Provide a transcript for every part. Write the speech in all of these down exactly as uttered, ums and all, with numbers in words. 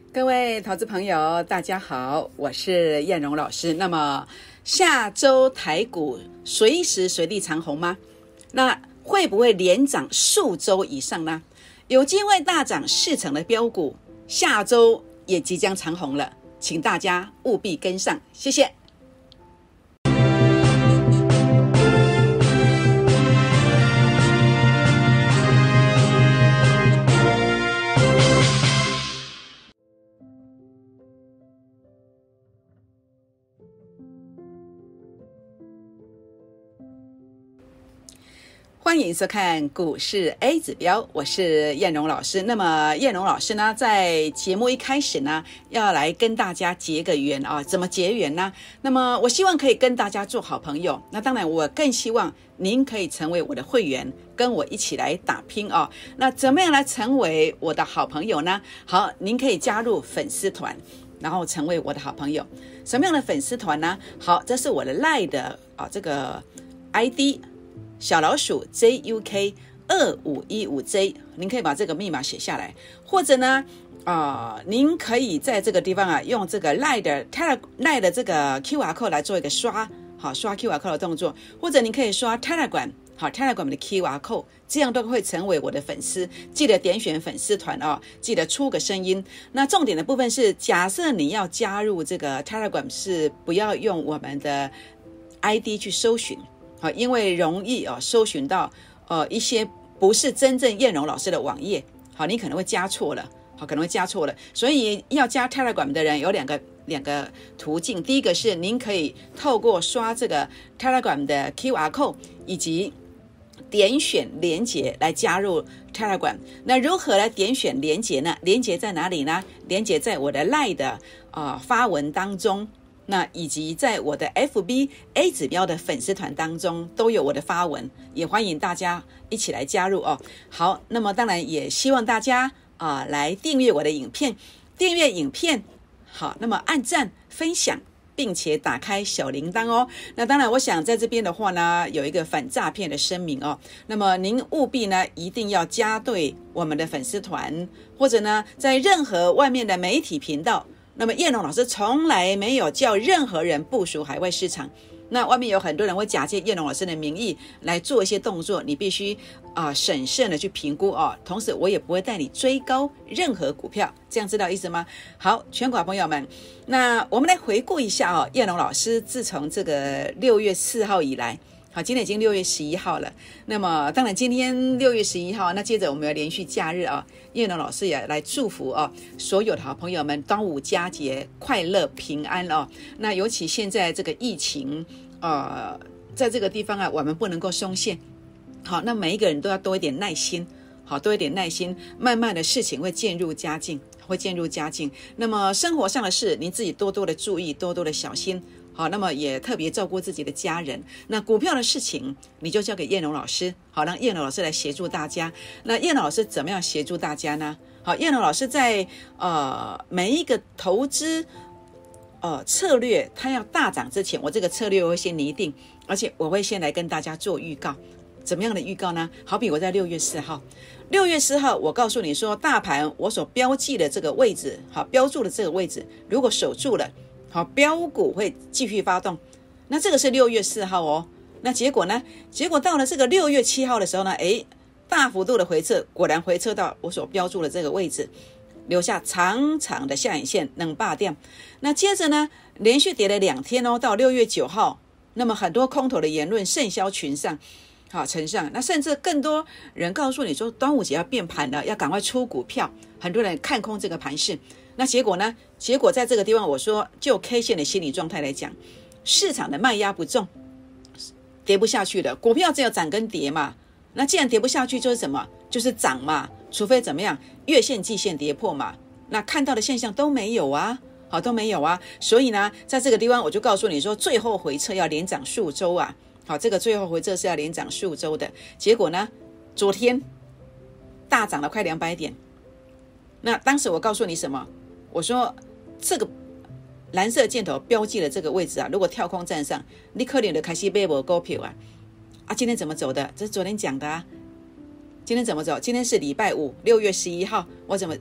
各位投资朋友大家好，我是燕荣老师。那么下周台股随时随地长红吗？那会不会连涨数周以上呢？有机会大涨四成的标股下周也即将长红了，请大家务必跟上，谢谢。欢迎收看股市 A 指标，我是燕荣老师。那么燕荣老师呢，在节目一开始呢，要来跟大家结个缘啊，怎么结缘呢？那么我希望可以跟大家做好朋友，那当然我更希望您可以成为我的会员，跟我一起来打拼啊。那怎么样来成为我的好朋友呢？好，您可以加入粉丝团，然后成为我的好朋友。什么样的粉丝团呢？好，这是我的 LINE 的啊这个 I D。小老鼠 J U K 二五一五 J， 您可以把这个密码写下来，或者呢，啊、呃，您可以在这个地方啊，用这个 LINE 的 Telegram 的这个 Q R code 来做一个刷，好刷 Q R code 的动作，或者您可以刷 Telegram， 好 Telegram 的 Q R code， 这样都会成为我的粉丝。记得点选粉丝团哦，记得出个声音。那重点的部分是，假设你要加入这个 Telegram， 是不要用我们的 I D 去搜寻。好，因为容易哦搜寻到呃一些不是真正燕荣老师的网页，好，你可能会加错了，好，可能会加错了，所以要加 Telegram 的人有两个两个途径，第一个是您可以透过刷这个 Telegram 的 Q R code 以及点选连结来加入 Telegram。 那如何来点选连结呢？连结在哪里呢？连结在我的 LINE 的、呃、发文当中，那以及在我的 F B A 指标的粉丝团当中都有我的发文，也欢迎大家一起来加入哦。好，那么当然也希望大家啊、呃、来订阅我的影片，订阅影片，好，那么按赞分享，并且打开小铃铛哦。那当然我想在这边的话呢，有一个反诈骗的声明哦，那么您务必呢一定要加对我们的粉丝团，或者呢在任何外面的媒体频道。那么燕荣老师从来没有叫任何人部署海外市场，那外面有很多人会假借燕荣老师的名义来做一些动作，你必须啊、呃、审慎的去评估哦。同时我也不会带你追高任何股票，这样知道意思吗？好，全国朋友们，那我们来回顾一下哦，燕荣老师自从这个六月四号以来，好，今天已经六月十一号了。那么当然今天六月十一号，那接着我们要连续假日啊，燕荣老师也来祝福哦所有的好朋友们端午佳节快乐平安哦。那尤其现在这个疫情呃在这个地方啊，我们不能够松懈。好，那每一个人都要多一点耐心，好，多一点耐心，慢慢的事情会渐入佳境，会渐入佳境。那么生活上的事，你自己多多的注意，多多的小心。好，那么也特别照顾自己的家人。那股票的事情，你就交给燕荣老师，好，让燕荣老师来协助大家。那燕荣老师怎么样协助大家呢？好，燕荣老师在呃每一个投资呃策略，它要大涨之前，我这个策略我会先拟定，而且我会先来跟大家做预告。怎么样的预告呢？好比我在六月四号，六月四号我告诉你说，大盘我所标记的这个位置，好，标注的这个位置，如果守住了。好，标股会继续发动，那这个是六月四号哦。那结果呢？结果到了这个六月七号的时候呢，诶，大幅度的回撤，果然回撤到我所标注的这个位置，留下长长的下影线，能霸掉。那接着呢，连续跌了两天哦，到六月九号，那么很多空头的言论甚嚣群上，好呈上，那甚至更多人告诉你说，端午节要变盘了，要赶快出股票，很多人看空这个盘势。那结果呢？结果在这个地方，我说就 K 线的心理状态来讲，市场的卖压不重，跌不下去的股票只有涨跟跌嘛。那既然跌不下去，就是什么？就是涨嘛。除非怎么样，月线、季线跌破嘛。那看到的现象都没有啊，好都没有啊。所以呢，在这个地方我就告诉你说，最后回撤要连涨数周啊。好，这个最后回撤是要连涨数周的。结果呢，昨天大涨了快两百点。那当时我告诉你什么？我说这个蓝色箭头标记了这个位置啊，如果跳空站上，你可能就开始买没股票啊。啊，今天怎么走的？这是昨天讲的啊。今天怎么走？今天是礼拜五，六月十一号。我怎么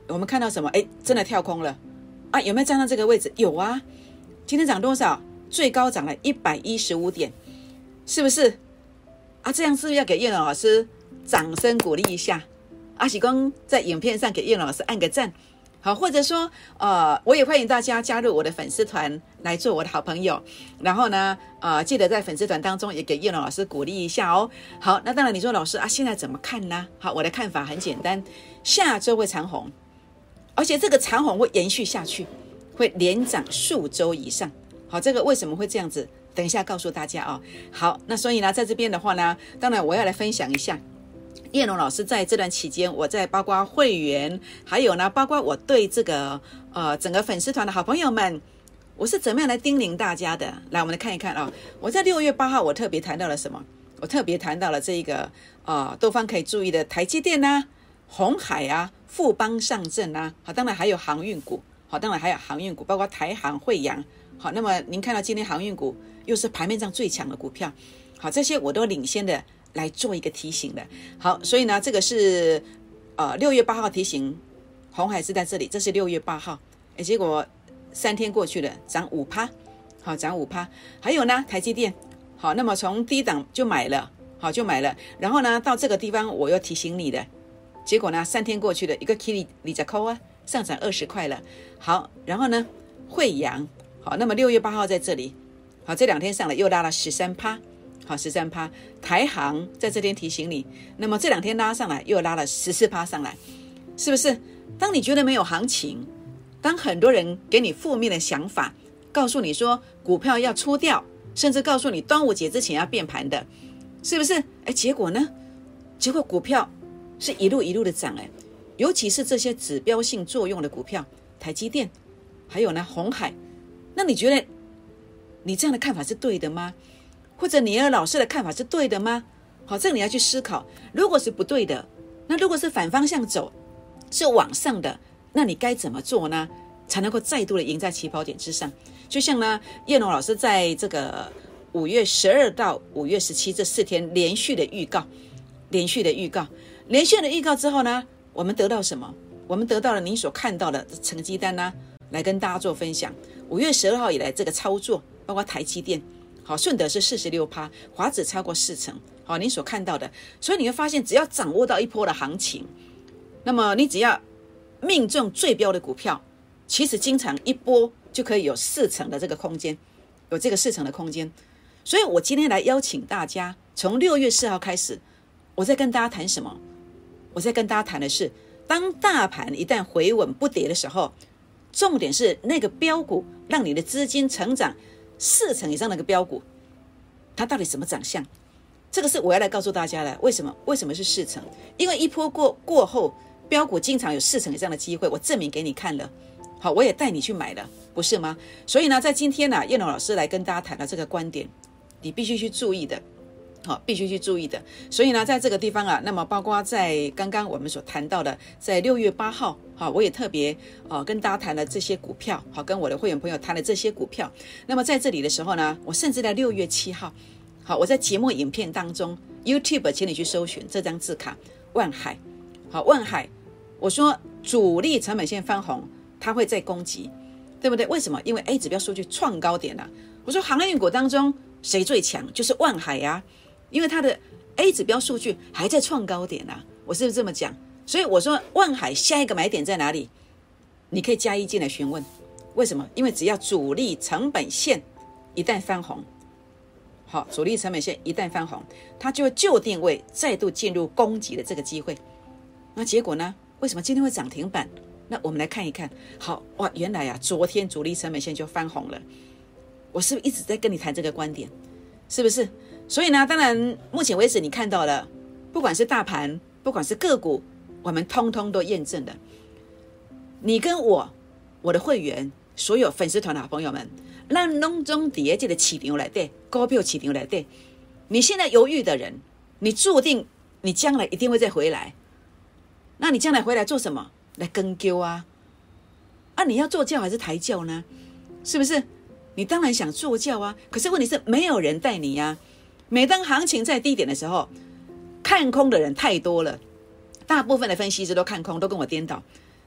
我们看到什么？哎，真的跳空了啊！有没有站到这个位置？有啊，今天涨多少？最高涨了一百一十五点，是不是啊？这样是不是要给叶龙老师掌声鼓励一下？阿喜公在影片上给叶龙老师按个赞，好，或者说呃，我也欢迎大家加入我的粉丝团来做我的好朋友。然后呢，呃，记得在粉丝团当中也给叶龙老师鼓励一下哦。好，那当然你说老师啊，现在怎么看呢？好，我的看法很简单，下周会长红，而且这个长红会延续下去，会连涨数周以上。好，这个为什么会这样子？等一下告诉大家哦。好，那所以呢，在这边的话呢，当然我要来分享一下叶龙老师在这段期间，我在包括会员，还有呢，包括我对这个呃整个粉丝团的好朋友们，我是怎么样来叮咛大家的？来，我们来看一看啊、哦。我在六月八号，我特别谈到了什么？我特别谈到了这个呃多方可以注意的台积电啊、鸿海啊、富邦上证啊，好，当然还有航运股，好，当然还有航运股，包括台航、慧洋。好，那么您看到今天航运股又是盘面上最强的股票，好，这些我都领先的来做一个提醒的。好，所以呢，这个是呃六月八号提醒，鸿海是在这里，这是六月八号，哎，结果三天过去了，涨五趴，好，涨五趴。还有呢，台积电，好，那么从低档就买了，好，就买了，然后呢，到这个地方我又提醒你的，结果呢，三天过去了，一个 K 里二块啊，上涨二十块了。好，然后呢，慧洋。好，那么六月八号在这里，好，这两天上来又拉了十三趴，好，十三趴。台航在这边提醒你，那么这两天拉上来又拉了十四趴上来，是不是？当你觉得没有行情，当很多人给你负面的想法，告诉你说股票要出掉，甚至告诉你端午节之前要变盘的，是不是？哎，结果呢？结果股票是一路一路的涨，哎，尤其是这些指标性作用的股票，台积电，还有呢，鸿海。那你觉得你这样的看法是对的吗？或者你的老师的看法是对的吗？好，这个你要去思考。如果是不对的，那如果是反方向走，是往上的，那你该怎么做呢？才能够再度的赢在起跑点之上？就像呢，叶龙老师在这个五月十二到五月十七这四天连续的预告，连续的预告，连续的预告之后呢，我们得到什么？我们得到了你所看到的成绩单呢，来跟大家做分享。五月十二号以来，这个操作包括台积电，好，顺德是 百分之四十六， 华指超过四成，好，你所看到的，所以你会发现，只要掌握到一波的行情，那么你只要命中最标的股票，其实经常一波就可以有四成的这个空间，有这个四成的空间。所以我今天来邀请大家，从六月四号开始，我在跟大家谈什么？我在跟大家谈的是，当大盘一旦回稳不跌的时候，重点是那个标股让你的资金成长四成以上的一个标股，它到底什么长相？这个是我要来告诉大家的。为什么？为什么是四成？因为一波过过后，标股经常有四成以上的机会，我证明给你看了。好，我也带你去买了，不是吗？所以呢，在今天呢、啊，叶龙老师来跟大家谈到这个观点，你必须去注意的。好，必须去注意的。所以呢，在这个地方啊，那么包括在刚刚我们所谈到的，在六月八号，好，我也特别呃跟大家谈了这些股票，好，跟我的会员朋友谈了这些股票。那么在这里的时候呢，我甚至在六月七号，好，我在节目影片当中 ，YouTube 请你去搜寻这张字卡，万海，好，万海，我说主力成本线翻红，它会再攻击，对不对？为什么？因为 A 指标数据创高点了、啊。我说航运股当中谁最强？就是万海呀、啊。因为它的 A 指标数据还在创高点啊，我是不是这么讲？所以我说万海下一个买点在哪里？你可以加一进来询问，为什么？因为只要主力成本线一旦翻红，好，主力成本线一旦翻红，它就会就定位再度进入攻击的这个机会。那结果呢？为什么今天会涨停板？那我们来看一看。好哇，原来啊，昨天主力成本线就翻红了。我是不是一直在跟你谈这个观点？是不是？所以呢，当然目前为止你看到了，不管是大盘，不管是个股，我们通通都验证了。你跟我，我的会员，所有粉丝团的好朋友们，让拢总在这个市场内底，股票市场内底，你现在犹豫的人，你注定你将来一定会再回来。那你将来回来做什么？来跟丢啊！啊，你要坐轿还是抬轿呢？是不是？你当然想坐轿啊，可是问题是没有人带你啊。每当行情在低点的时候，看空的人太多了，大部分的分析师都看空，都跟我颠倒。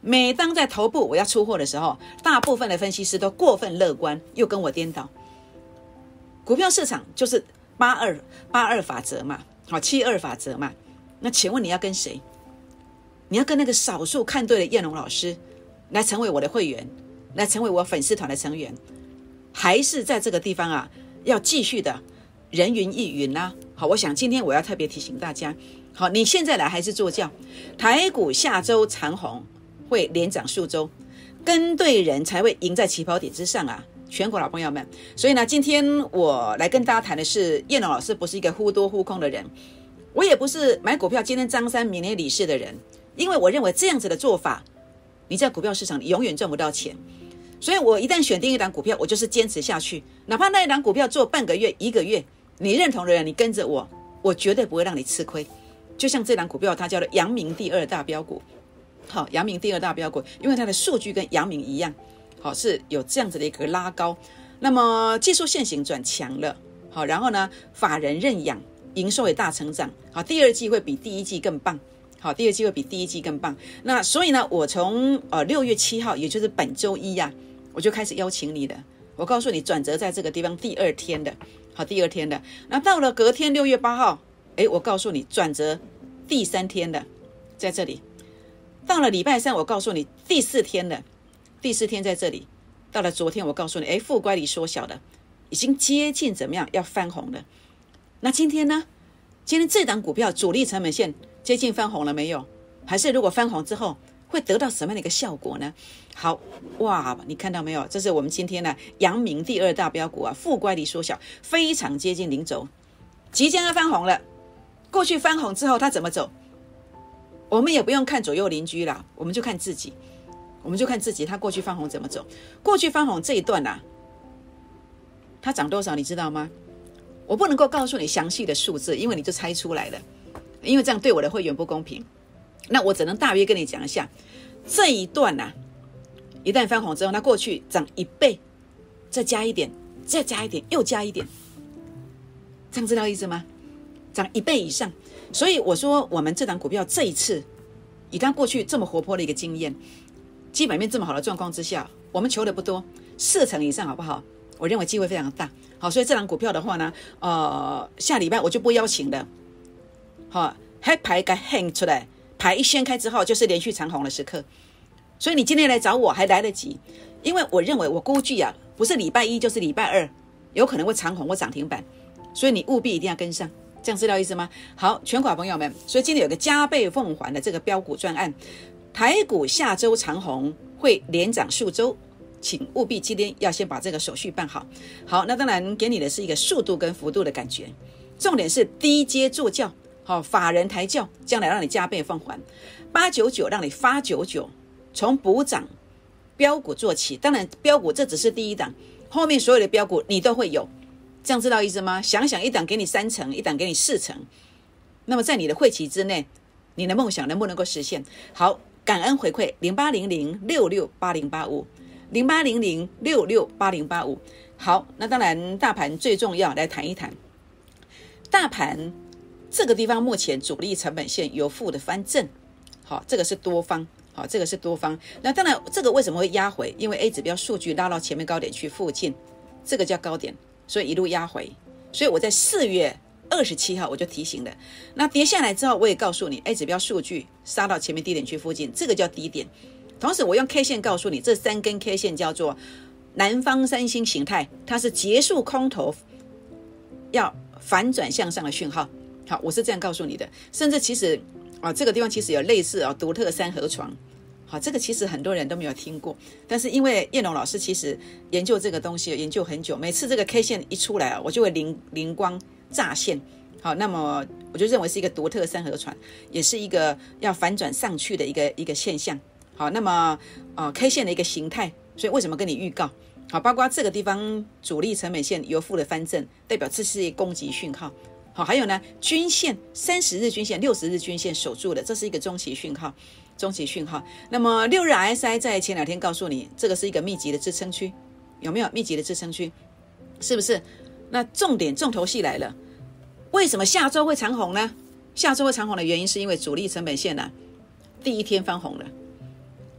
每当在头部我要出货的时候，大部分的分析师都过分乐观，又跟我颠倒。股票市场就是八二八二法则嘛，好七二法则嘛。那请问你要跟谁？你要跟那个少数看对的燕龙老师来成为我的会员，来成为我粉丝团的成员，还是在这个地方啊，要继续的人云亦云啊？好，我想今天我要特别提醒大家，好，你现在来还是坐轿，台股下周长红会连涨数周，跟对人才会赢在起跑点之上啊！全国老朋友们，所以呢，今天我来跟大家谈的是，燕龙老师不是一个忽多忽空的人，我也不是买股票今天张三明天李四的人，因为我认为这样子的做法，你在股票市场里永远赚不到钱。所以我一旦选定一档股票，我就是坚持下去，哪怕那一档股票做半个月、一个月，你认同的人，你跟着我，我绝对不会让你吃亏。就像这档股票，它叫做阳明第二大标股。好，阳明第二大标股，因为它的数据跟阳明一样，好是有这样子的一个拉高，那么技术线型转强了，好，然后呢，法人认养，营收也大成长，好，第二季会比第一季更棒，好，第二季会比第一季更棒。那所以呢，我从呃六月七号，也就是本周一呀、啊，我就开始邀请你的，我告诉你转折在这个地方第二天的，好，第二天的。那到了隔天六月八号，哎，我告诉你转折第三天的，在这里。到了礼拜三，我告诉你第四天了，第四天在这里。到了昨天，我告诉你，哎，负乖离缩小了，已经接近怎么样要翻红了。那今天呢？今天这档股票主力成本线接近翻红了没有？还是如果翻红之后会得到什么样的一个效果呢？好，哇，你看到没有？这是我们今天呢阳明第二大标股啊，负乖离缩小，非常接近零轴，即将要翻红了。过去翻红之后，它怎么走？我们也不用看左右邻居啦，我们就看自己，我们就看自己，它过去翻红怎么走？过去翻红这一段啊，它涨多少你知道吗？我不能够告诉你详细的数字，因为你就猜出来了，因为这样对我的会员不公平。那我只能大约跟你讲一下，这一段啊，一旦翻红之后，它过去涨一倍，再加一点，再加一点，又加一点，这样知道意思吗？涨一倍以上。所以我说，我们这档股票这一次，以它过去这么活泼的一个经验，基本面这么好的状况之下，我们求的不多，四成以上好不好？我认为机会非常大。好，所以这档股票的话呢，呃，下礼拜我就不邀请了。好，还排个 hang 出来，排一掀开之后就是连续长红的时刻。所以你今天来找我还来得及，因为我认为我估计啊，不是礼拜一就是礼拜二，有可能会长红或涨停板，所以你务必一定要跟上。这样知道意思吗？好，全国朋友们，所以今天有个加倍奉还的这个标股专案，台股下周长红会连涨数周，请务必今天要先把这个手续办好。好，那当然给你的是一个速度跟幅度的感觉，重点是低阶助教，好，法人抬轿，将来让你加倍奉还，八九九让你发九九，从补涨标股做起。当然标股这只是第一档，后面所有的标股你都会有。这样知道意思吗？想想一档给你三成，一档给你四成，那么在你的会期之内，你的梦想能不能够实现？好，感恩回馈零八零零六六八零八五零八零零六六八零八五。好，那当然大盘最重要，来谈一谈大盘这个地方目前主力成本线由负的翻正，好，这个是多方。好，这个是多方。那当然这个为什么会压回？因为 A 指标数据拉到前面高点区附近，这个叫高点，所以一路压回。所以我在四月二十七号我就提醒了，那跌下来之后我也告诉你 A 指标数据杀到前面低点区附近，这个叫低点。同时我用 K 线告诉你，这三根 K 线叫做南方三星形态，它是结束空头要反转向上的讯号。好，我是这样告诉你的。甚至其实啊，这个地方其实有类似啊独特三合床。好，这个其实很多人都没有听过，但是因为叶龙老师其实研究这个东西研究很久，每次这个 K 线一出来啊，我就会灵灵光乍现。好，那么我就认为是一个独特三合船，也是一个要反转上去的一个一个现象。好，那么呃 K 线的一个形态，所以为什么跟你预告？好，包括这个地方主力成本线由负的翻正，代表这是一个攻击讯号。好，还有呢，均线三十日均线、六十日均线守住的，这是一个中期讯号。中期讯号。那么六日 R S I 在前两天告诉你，这个是一个密集的支撑区，有没有密集的支撑区？是不是？那重点重头戏来了，为什么下周会长红呢？下周会长红的原因是因为主力成本线呢、啊，第一天翻红了。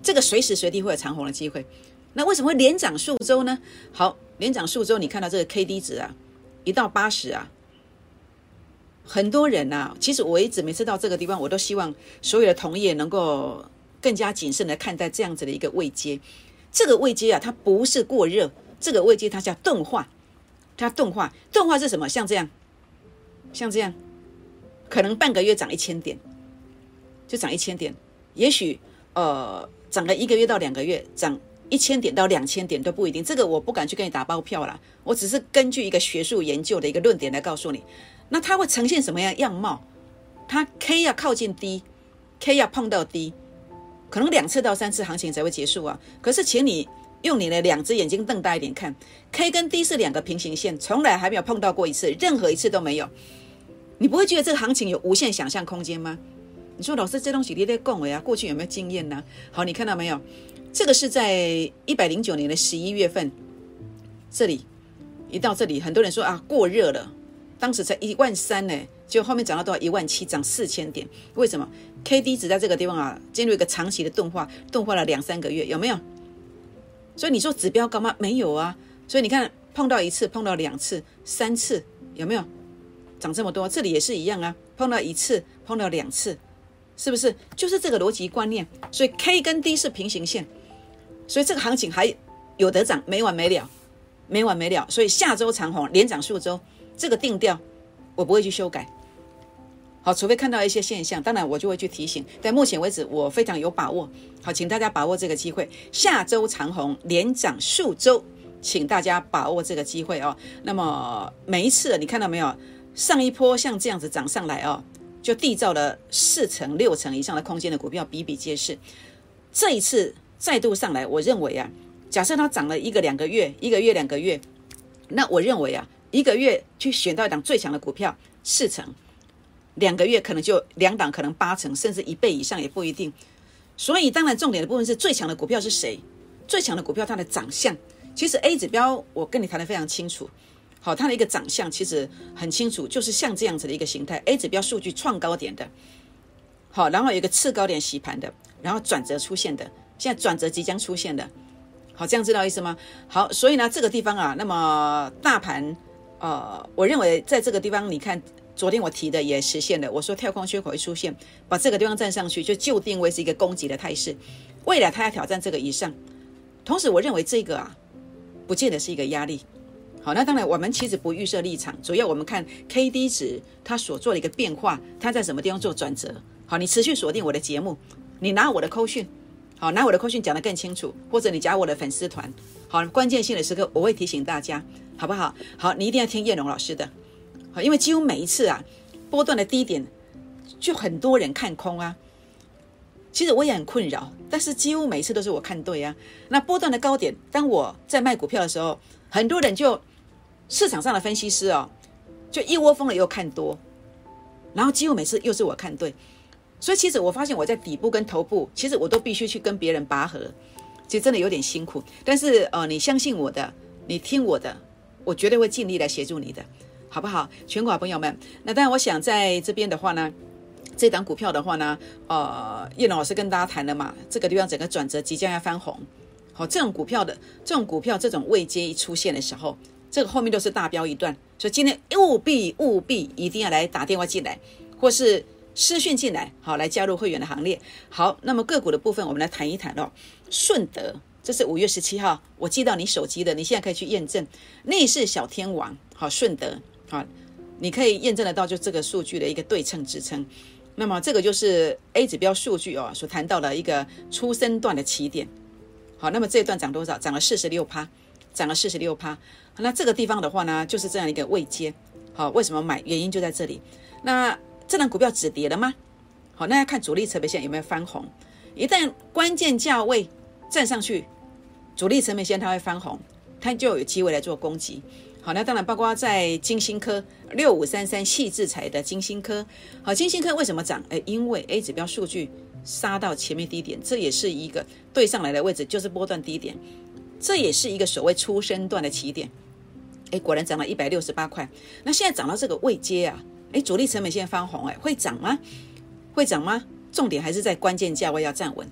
这个随时随地会有长红的机会。那为什么会连涨数周呢？好，连涨数周，你看到这个 K D 值啊，一到八十啊，很多人啊，其实我一直每次到这个地方，我都希望所有的同业能够更加谨慎的看待这样子的一个位阶。这个位阶啊，它不是过热，这个位阶它叫钝化，它钝化，钝化是什么？像这样，像这样，可能半个月涨一千点，就涨一千点，也许呃涨了一个月到两个月，涨一千点到两千点都不一定，这个我不敢去跟你打包票啦，我只是根据一个学术研究的一个论点来告诉你。那它会呈现什么样样貌？它 K 要靠近低 ，K 要碰到低，可能两次到三次行情才会结束啊。可是请你用你的两只眼睛瞪大一点看 ，K 跟 D 是两个平行线，从来还没有碰到过一次，任何一次都没有。你不会觉得这个行情有无限想象空间吗？你说老师这东西你在讲的啊，过去有没有经验呢？好，你看到没有？这个是在一百零九年的十一月份，这里一到这里，很多人说啊过热了，当时才一万三呢，结果后面涨到多少？一万七，涨四千点。为什么 ？K D 值在这个地方啊，进入一个长期的钝化，钝化了两三个月，有没有？所以你说指标高吗？没有啊。所以你看碰到一次，碰到两次、三次，有没有涨这么多？这里也是一样啊，碰到一次，碰到两次，是不是？就是这个逻辑观念。所以 K 跟 D 是平行线。所以这个行情还有得涨，没完没了，没完没了。所以下周长红，连涨数周，这个定调我不会去修改。好，除非看到一些现象，当然我就会去提醒。但目前为止，我非常有把握。好，请大家把握这个机会，下周长红，连涨数周，请大家把握这个机会哦。那么每一次你看到没有，上一波像这样子涨上来哦，就缔造了四成、六成以上的空间的股票比比皆是。这一次再度上来，我认为啊，假设它涨了一个两个月，一个月两个月，那我认为啊，一个月去选到一档最强的股票四成，两个月可能就两档，可能八成，甚至一倍以上也不一定。所以当然重点的部分是最强的股票是谁？最强的股票它的长相，其实 A 指标我跟你谈得非常清楚。好，它的一个长相其实很清楚，就是像这样子的一个形态。A 指标数据创高点的，好，然后有一个次高点洗盘的，然后转折出现的。现在转折即将出现的，好，这样知道意思吗？好，所以呢，这个地方啊，那么大盘，呃，我认为在这个地方，你看昨天我提的也实现了，我说跳空缺口一出现，把这个地方站上去，就就定位是一个攻击的态势，未来它要挑战这个以上。同时，我认为这个啊，不见得是一个压力。好，那当然我们其实不预设立场，主要我们看 K D 值它所做的一个变化，它在什么地方做转折。好，你持续锁定我的节目，你拿我的扣讯。好，拿我的扣讯讲得更清楚，或者你加我的粉丝团。好，关键性的时刻我会提醒大家，好不好？好，你一定要听叶龙老师的。好，因为几乎每一次啊，波段的低点就很多人看空啊。其实我也很困扰，但是几乎每一次都是我看对啊。那波段的高点，当我在卖股票的时候，很多人就市场上的分析师哦，就一窝蜂的又看多，然后几乎每次又是我看对。所以其实我发现我在底部跟头部，其实我都必须去跟别人拔河，其实真的有点辛苦。但是呃，你相信我的，你听我的，我绝对会尽力来协助你的，好不好？全国好朋友们，那当然我想在这边的话呢，这档股票的话呢，呃，叶龙老师跟大家谈了嘛，这个地方整个转折即将要翻红。好，这种股票的这种股票这种位阶一出现的时候，这个后面都是大标一段，所以今天务必务必一定要来打电话进来，或是私讯进来，好，来加入会员的行列。好，那么个股的部分我们来谈一谈哦。顺德，这是五月十七号，我寄到你手机的，你现在可以去验证。内市小天王，好，顺德，好，你可以验证得到就这个数据的一个对称支撑。那么这个就是 A 指标数据哦，所谈到的一个初升段的起点。好，那么这一段涨多少？涨了 百分之四十六， 涨了 百分之四十六。 那这个地方的话呢，就是这样一个位阶。好，为什么买？原因就在这里。那这档股票止跌了吗？好，那要看主力成本线有没有翻红。一旦关键价位站上去，主力成本线它会翻红，它就有机会来做攻击。好，那当然包括在金星科六五三三矽智财的金星科。好，金星科为什么涨？诶，因为 A 指标数据杀到前面低点，这也是一个对上来的位置，就是波段低点，这也是一个所谓初升段的起点。诶，果然涨了一百六十八块。那现在涨到这个位阶啊，诶，主力成本线翻红，诶，会涨吗？会涨吗？重点还是在关键价位要站稳。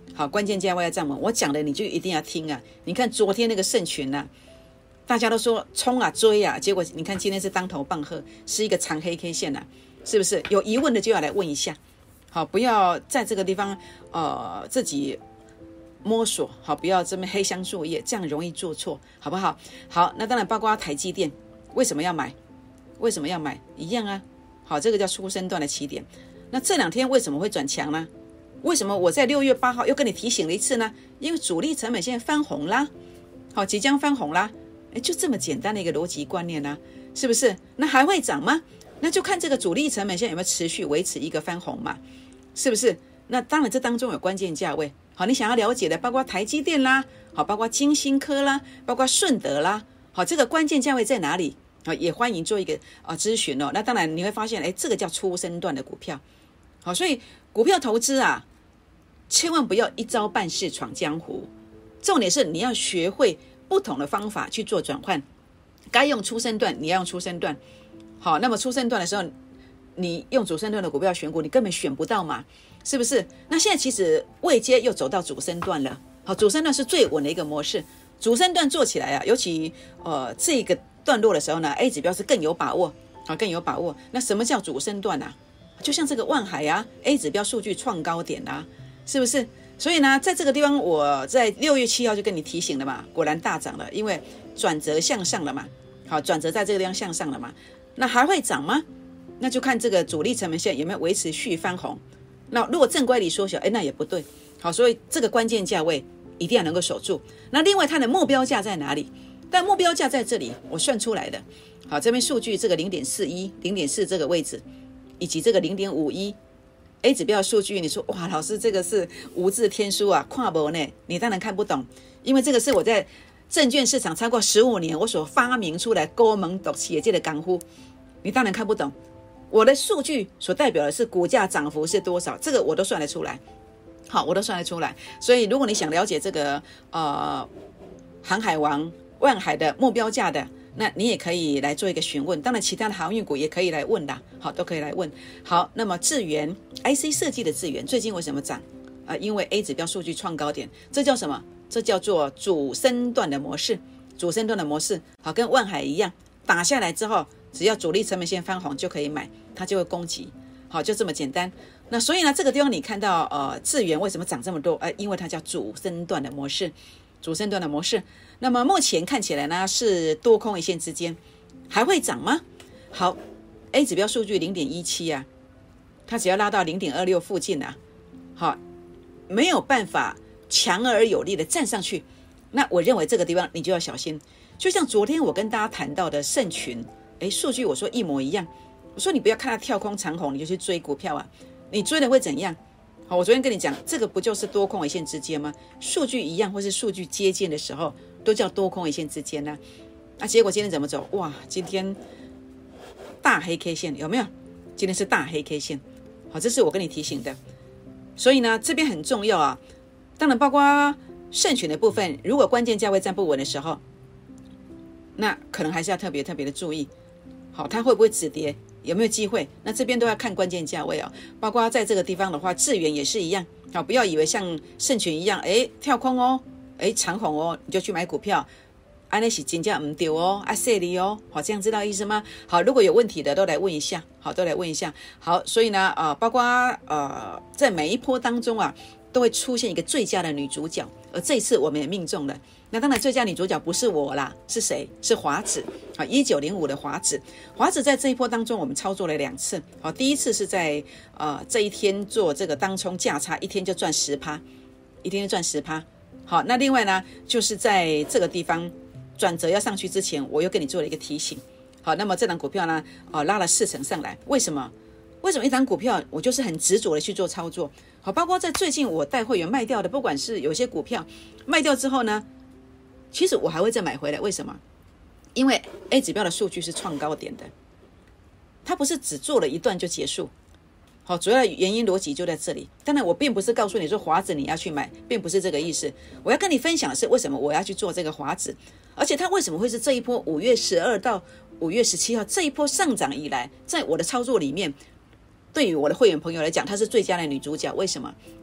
好，关键价位要站稳，我讲的你就一定要听啊！你看昨天那个盛群啊，大家都说冲啊追啊，结果你看今天是当头棒喝，是一个长黑 K 线啊，是不是？有疑问的就要来问一下，好，不要在这个地方呃自己摸索，好，不要这么黑箱作业，这样容易做错，好不好？好，那当然包括台积电，为什么要买？为什么要买？一样啊，好，这个叫初升段的起点。那这两天为什么会转强呢？为什么我在六月八号又跟你提醒了一次呢？因为主力成本现在翻红啦，好，即将翻红啦，哎，就这么简单的一个逻辑观念啊，是不是？那还会涨吗？那就看这个主力成本现在有没有持续维持一个翻红嘛，是不是？那当然这当中有关键价位，好，你想要了解的包括台积电啦，好，包括晶心科啦，包括顺德啦，好，这个关键价位在哪里？好，也欢迎做一个啊咨询哦。那当然你会发现，哎，这个叫初升段的股票，好，所以股票投资啊，千万不要一招半式闯江湖，重点是你要学会不同的方法去做转换，该用初升段你要用初升段，好，那么初升段的时候，你用主升段的股票选股，你根本选不到嘛，是不是？那现在其实位阶又走到主升段了，好，主升段是最稳的一个模式，主升段做起来啊，尤其呃这个段落的时候呢 ，A 指标是更有把握，好，更有把握。那什么叫主升段啊？就像这个万海啊 ，A 指标数据创高点啊，是不是？所以呢，在这个地方，我在六月七号就跟你提醒了嘛，果然大涨了，因为转折向上了嘛，好，转折在这个地方向上了嘛，那还会涨吗？那就看这个主力成本线有没有维持续翻红。那如果正乖离缩小，哎，那也不对。好，所以这个关键价位一定要能够守住。那另外它的目标价在哪里？但目标价在这里，我算出来的。好，这边数据这个 零点四一、零点四 这个位置，以及这个 零点五一 A 指标的数据，你说哇，老师这个是无字天书啊，看不呢？你当然看不懂，因为这个是我在证券市场超过十五年我所发明出来高门读企业界的功夫，你当然看不懂。我的数据所代表的是股价涨幅是多少，这个我都算得出来。好，我都算得出来。所以如果你想了解这个呃航海王万海的目标价的，那你也可以来做一个询问，当然其他的航运股也可以来问的，好，都可以来问。好，那么智原 I C 设计的智原最近为什么涨？呃，因为 A 指标数据创高点，这叫什么？这叫做主升段的模式，主升段的模式，好，跟万海一样，打下来之后，只要主力成本线翻红就可以买，它就会攻击，好，就这么简单。那所以呢，这个地方你看到呃智原为什么涨这么多？呃，因为它叫主升段的模式。主升段的模式，那么目前看起来呢是多空一线之间，还会涨吗？好 ，A 指标数据 零点一七 啊，它只要拉到 零点二六 附近啊，好，没有办法强而有力的站上去，那我认为这个地方你就要小心。就像昨天我跟大家谈到的盛群，哎，数据我说一模一样，我说你不要看它跳空长红你就去追股票啊，你追了会怎样？好，我昨天跟你讲，这个不就是多空一线之间吗？数据一样或是数据接近的时候，都叫多空一线之间呢、啊。那、啊、结果今天怎么走？哇，今天大黑 K 线有没有？今天是大黑 K 线，好，这是我跟你提醒的。所以呢，这边很重要啊。当然，包括盛群的部分，如果关键价位站不稳的时候，那可能还是要特别特别的注意。好，它会不会止跌？有没有机会？那这边都要看关键价位哦，包括在这个地方的话，智原也是一样。好，不要以为像盛群一样，哎，跳空哦，哎，长红哦，你就去买股票，安那是真正唔对哦，啊，设立哦，好，这样知道意思吗？好，如果有问题的都来问一下，好，都来问一下。好，所以呢，呃，包括呃，在每一波当中啊，都会出现一个最佳的女主角，而这一次我们也命中了。那当然，最佳女主角不是我啦，是谁？是华指啊，一九零五的华指。华指在这一波当中，我们操作了两次。好，第一次是在呃这一天做这个当冲价差，一天就赚十趴，一天就赚十趴。好，那另外呢，就是在这个地方转折要上去之前，我又跟你做了一个提醒。好，那么这档股票呢，哦拉了四成上来，为什么？为什么一档股票我就是很执着的去做操作？好，包括在最近我带会员卖掉的，不管是有些股票卖掉之后呢。其实我还会再买回来，为什么？因为 A 指标的数据是创高点的，它不是只做了一段就结束。好，主要的原因逻辑就在这里。当然，我并不是告诉你说华指你要去买，并不是这个意思。我要跟你分享的是为什么我要去做这个华指，而且它为什么会是这一波五月十二到五月十七号这一波上涨以来，在我的操作里面，对于我的会员朋友来讲，她是最佳的女主角。为什么？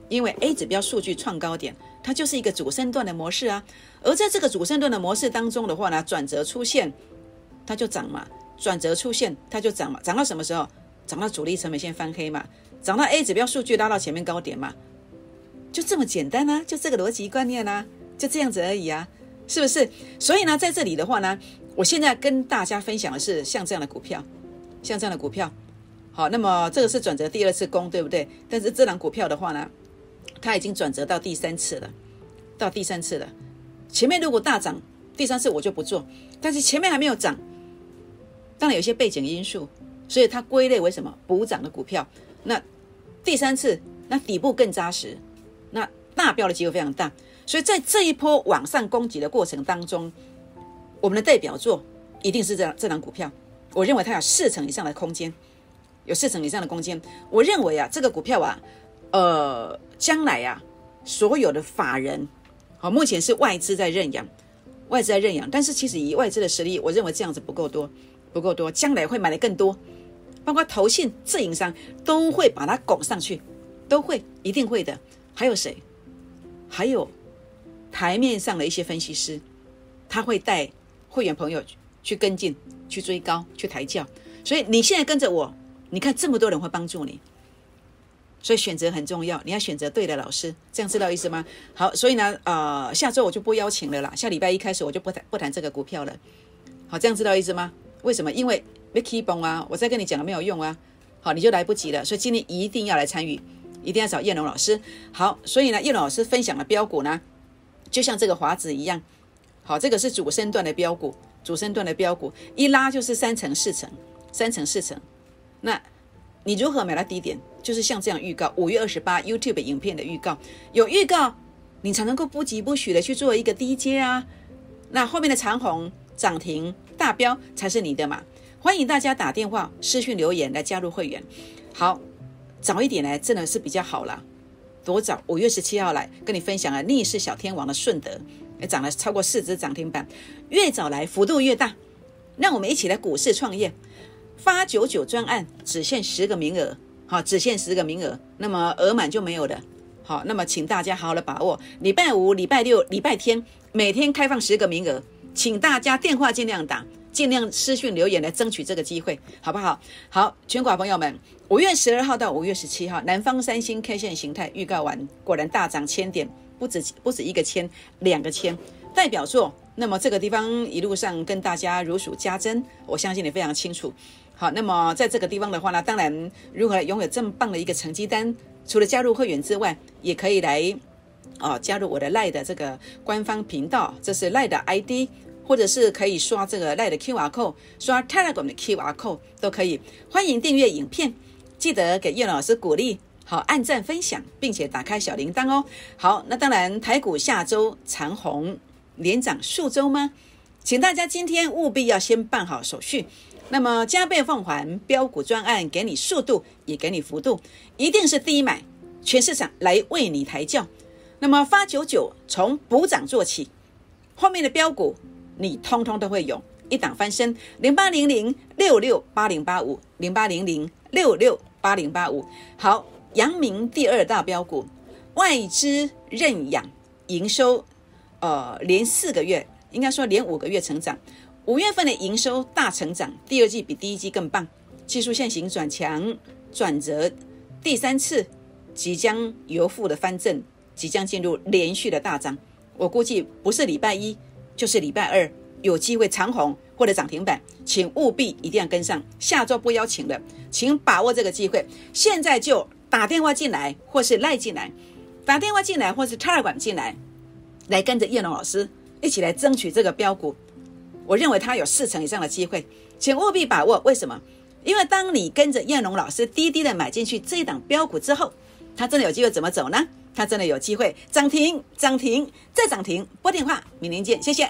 因为 A 指标数据创高点，它就是一个主升段的模式啊。而在这个主升段的模式当中的话呢，转折出现，它就涨嘛；转折出现，它就涨嘛。涨到什么时候？涨到主力成本线翻黑嘛，涨到 A 指标数据拉到前面高点嘛，就这么简单啊，就这个逻辑观念啊，就这样子而已啊，是不是？所以呢，在这里的话呢，我现在跟大家分享的是像这样的股票，像这样的股票。好，那么这个是转折第二次攻，对不对？但是这档股票的话呢，它已经转折到第三次了，到第三次了。前面如果大涨，第三次我就不做，但是前面还没有涨，当然有些背景因素，所以它归类为什么补涨的股票。那第三次，那底部更扎实，那大标的机会非常大。所以在这一波往上攻击的过程当中，我们的代表作一定是这这档股票。我认为它有四成以上的空间，有四成以上的空间。我认为啊，这个股票啊，呃，将来啊，所有的法人，好，目前是外资在认养，外资在认养，但是其实以外资的实力，我认为这样子不够多，不够多，将来会买的更多。包括投信、自营商都会把它拱上去，都会，一定会的。还有谁？还有台面上的一些分析师，他会带会员朋友去跟进、去追高、去抬轿。所以你现在跟着我，你看这么多人会帮助你，所以选择很重要，你要选择对的老师，这样知道意思吗？好，所以呢，呃，下周我就不邀请了啦，下礼拜一开始我就不谈不谈这个股票了。好，这样知道意思吗？为什么？因为要起崩啊，我再跟你讲了没有用啊，好，你就来不及了。所以今天一定要来参与，一定要找叶龙老师。好，所以呢，叶龙老师分享的标股呢，就像这个华子一样，好，这个是主升段的标股，主升段的标股一拉就是三成四成，三成四成。那你如何买到低点？就是像这样预告，五月二十八 YouTube 影片的预告，有预告，你才能够不疾不徐的去做一个低阶啊。那后面的长红、涨停、大标才是你的嘛。欢迎大家打电话、私讯留言来加入会员。好，早一点来真的是比较好啦。多早？五月十七号来跟你分享了逆势小天王的顺德，也涨了超过四只涨停板，越早来幅度越大。让我们一起来股市创业，发九九专案只限十个名额，好，只限十个名额，那么额满就没有了。好，那么请大家好好的把握，礼拜五、礼拜六、礼拜天每天开放十个名额，请大家电话尽量打。尽量私讯留言来争取这个机会，好不好？好，全国朋友们，五月十二号到五月十七号，南方三星 K 线形态预告完，果然大涨千点，不止不止一个千，两个千，代表作。那么这个地方一路上跟大家如数家珍，我相信你非常清楚。好，那么在这个地方的话呢，当然如何拥有这么棒的一个成绩单，除了加入会员之外，也可以来哦加入我的 LINE 的这个官方频道，这是 LINE 的 I D。或者是可以刷这个 LINE 的 Q R code， 刷 Telegram 的 Q R code 都可以。欢迎订阅影片，记得给叶老师鼓励，好，按赞分享，并且打开小铃铛哦。好，那当然台股下周长红连涨数周吗？请大家今天务必要先办好手续。那么加倍奉还标股专案，给你速度也给你幅度，一定是第一买，全市场来为你抬轿。那么发九九从补涨做起，后面的标股你通通都会有，一档翻身。零八零零六六八零八五，零八零零六六八零八五。好，阳明第二大标股，外资认养，营收呃连四个月，应该说连五个月成长。五月份的营收大成长，第二季比第一季更棒，技术线型转强转折，第三次即将由负的翻正，即将进入连续的大涨。我估计不是礼拜一，就是礼拜二有机会长红或者涨停板，请务必一定要跟上。下周不邀请了，请把握这个机会，现在就打电话进来，或是赖进来，打电话进来，或是 Telegram 进来，来跟着叶龙老师一起来争取这个标股。我认为它有四成以上的机会，请务必把握。为什么？因为当你跟着叶龙老师低低的买进去这一档标股之后，它真的有机会怎么走呢？它真的有机会涨停、涨停再涨停。拨电话，明天见，谢谢。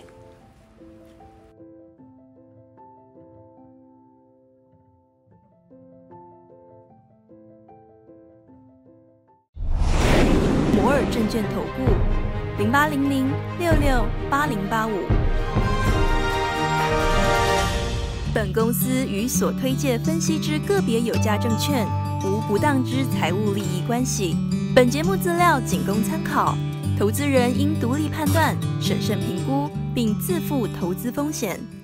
摩尔证券投顾零八零零六六八零八五。本公司与所推介分析之个别有价证券无不当之财务利益关系。 本节目资料仅供参考，投资人应独立判断、审慎评估，并自负投资风险。